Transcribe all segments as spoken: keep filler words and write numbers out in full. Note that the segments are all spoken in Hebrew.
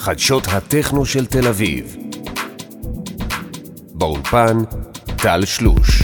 חדשות הטכנו של תל אביב. באולפן טל שלוש.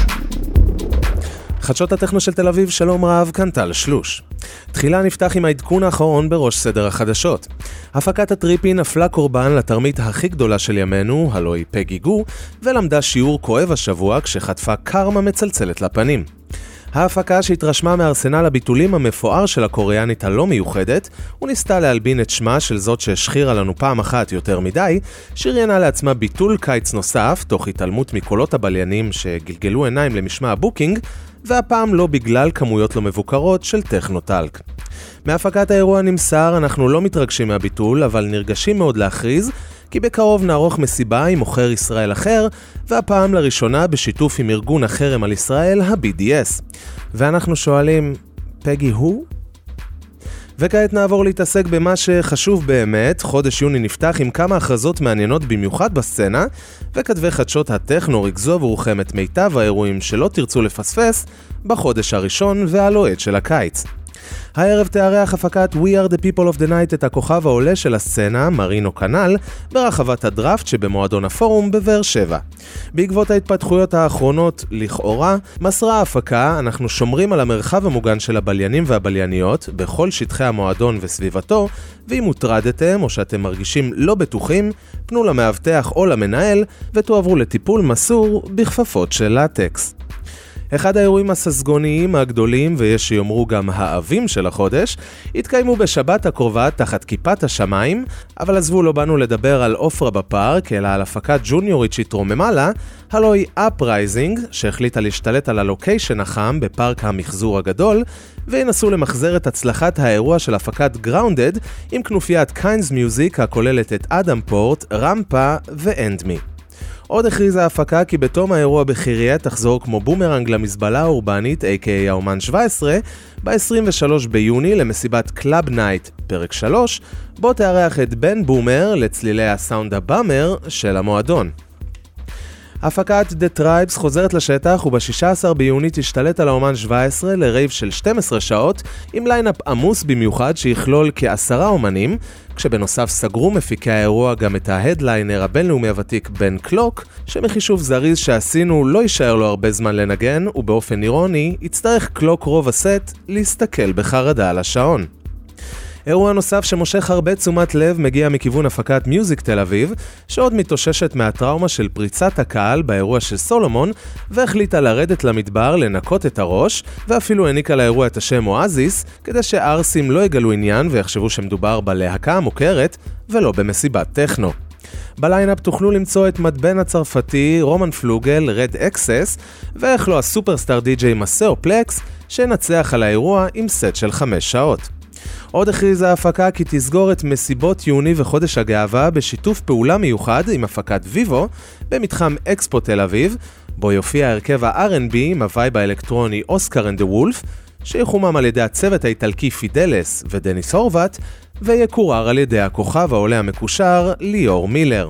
חדשות הטכנו של תל אביב, שלום רב, כאן טל שלוש. תחילה נפתח עם העדכון האחרון בראש סדר החדשות. הפקת הטריפי נפלה קורבן לתרמית הכי גדולה של ימינו, הלוא היא פגי גו, ולמדה שיעור כואב השבוע כשחטפה קרמה מצלצלת לפנים. ההפקה שהתרשמה מארסנל הביטולים המפואר של הקוריאנית הלא מיוחדת, וניסתה להלבין את שמה של זאת שהשחירה לנו פעם אחת יותר מדי, שריינה לעצמה ביטול קיץ נוסף, תוך התעלמות מקולות הבליינים שגלגלו עיניים למשמע הבוקינג, והפעם לא בגלל כמויות לא מבוקרות של טכנוטלק. מהפקת האירוע נמסר, אנחנו לא מתרגשים מהביטול, אבל נרגשים מאוד להכריז, כי בקרוב נערוך מסיבה עם מוכר ישראל אחר, והפעם לראשונה בשיתוף עם ארגון החרם על ישראל, ה-בי די אס. ואנחנו שואלים, פגי הוא? וכעת נעבור להתעסק במה שחשוב באמת. חודש יוני נפתח עם כמה הכרזות מעניינות במיוחד בסצנה, וכתבי חדשות הטכנו ריכזו עבורכם את מיטב האירועים שלא תרצו לפספס בחודש הראשון והלוהט של הקיץ. הערב תארח הפקת We are the people of the night את הכוכב העולה של הסצנה, מרינו קנל, ברחבת הדראפט שבמועדון הפורום בבאר שבע. בעקבות ההתפתחויות האחרונות, לכאורה, מסרה ההפקה, אנחנו שומרים על המרחב המוגן של הבליינים והבלייניות בכל שטחי המועדון וסביבתו, ואם הוטרדתם או שאתם מרגישים לא בטוחים, פנו למאבטח או למנהל ותועברו לטיפול מסור בכפפות של לטקס. אחד האירועים הססגוניים הגדולים, ויש שיאמרו גם האבים של החודש, התקיימו בשבת הקרובה תחת כיפת השמיים, אבל עזבו, לא באנו לדבר על אופרה בפארק, אלא על הפקת ג'וניורית שהתרוממה לה, הלוא היא אפרייזינג, שהחליטה להשתלט על הלוקיישן החם בפארק המחזור הגדול, וינסו למחזר את הצלחת האירוע של הפקת גראונדד, עם כנופיית קיינס מיוזיק הכוללת את אדם פורט, רמפה ואנד מי. עוד הכריזה ההפקה כי בתום האירוע בחירייה תחזור כמו בומרנג למזבלה האורבנית, איי קיי איי האומן שבע עשרה, ב-עשרים ושלושה ביוני למסיבת קלאב נייט פרק שלוש, בו תארח את בן בומר לצלילי הסאונד הבאמר של המועדון. הפקת The Tribes חוזרת לשטח וב-שישה עשר ביוני תשתלט על האומן שבע עשרה לרייב של שתים עשרה שעות עם ליינאפ עמוס במיוחד שיכלול כעשרה אומנים, כשבנוסף סגרו מפיקי האירוע גם את ההדליינר הבינלאומי הוותיק בן קלוק, שמחישוב זריז שעשינו לא יישאר לו הרבה זמן לנגן, ובאופן אירוני יצטרך קלוק רוב הסט להסתכל בחרדה על השעון. אירוע נוסף שמושך הרבה תשומת לב מגיע מכיוון הפקת מיוזיק תל אביב, שעוד מתאוששת מהטראומה של פריצת הקהל באירוע של סולומון, והחליטה לרדת למדבר לנקות את הראש, ואפילו העניקה לאירוע את השם אואזיס, כדי שהארסים לא יגלו עניין ויחשבו שמדובר בלהקה המוכרת ולא במסיבת טכנו. בליינאפ תוכלו למצוא את מדבן הצרפתי רומן פלוגל, רד אקסס, ואיך לא הסופרסטאר די-ג'יי מסאו פלקס, שנצח על האירוע עם סט של חמש שעות. עוד הכריזה ההפקה כי תסגור את מסיבות יוני וחודש הגאווה בשיתוף פעולה מיוחד עם הפקת ויבו במתחם אקספו תל אביב, בו יופיע הרכב ה-אר אנד בי עם הווייב האלקטרוני אוסקר אנד דה וולף, שיחומם על ידי הצוות האיטלקי פידלס ודניס הורבט, ויקורר על ידי הכוכב העולה המקושר ליאור מילר.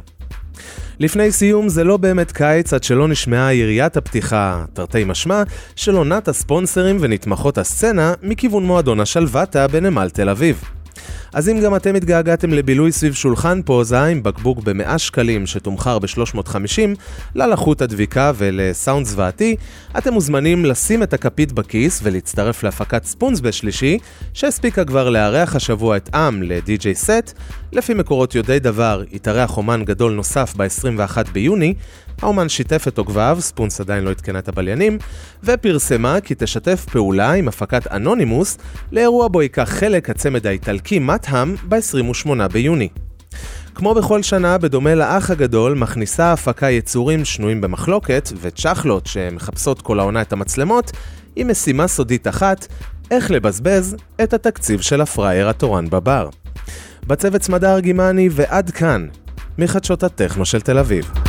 לפני סיום, זה לא באמת קיץ עד שלא נשמעה יריית הפתיחה, תרתי משמע, של עונת הספונסרים ונתמכות הסצנה מכיוון מועדון השלוותה בנמל תל אביב. אז אם גם אתם התגעגעתם לבילוי סביב שולחן פוזה עם בקבוק ב-מאה שקלים שתומחר ב-שלוש מאות וחמישים, ללחות הדביקה ולסאונד זוועתי, אתם מוזמנים לשים את הכפית בכיס ולהצטרף להפקת ספונס בשלישי, שהספיקה כבר לארח השבוע את עם לדי-ג'יי סט. לפי מקורות יודעי דבר, יתארח אומן גדול נוסף ב-עשרים ואחד ביוני, האומן שיתף את עוקביו, ספונס עדיין לא התקנה את הבליינים, ופרסמה כי תשתף פעולה עם הפקת אנונימוס לאירוע בו ייקח חלק הצמד האיטלקי מתהם ב-עשרים ושמונה ביוני. כמו בכל שנה, בדומה לאח הגדול, מכניסה ההפקה יצורים שנויים במחלוקת וצ'חלות שמחפשות כל העונה את המצלמות, עם משימה סודית אחת, איך לבזבז את התקציב של הפרייר התורן בבר. בצוות סמדר גימני ועד כאן, מחדשות הטכנו של תל אביב.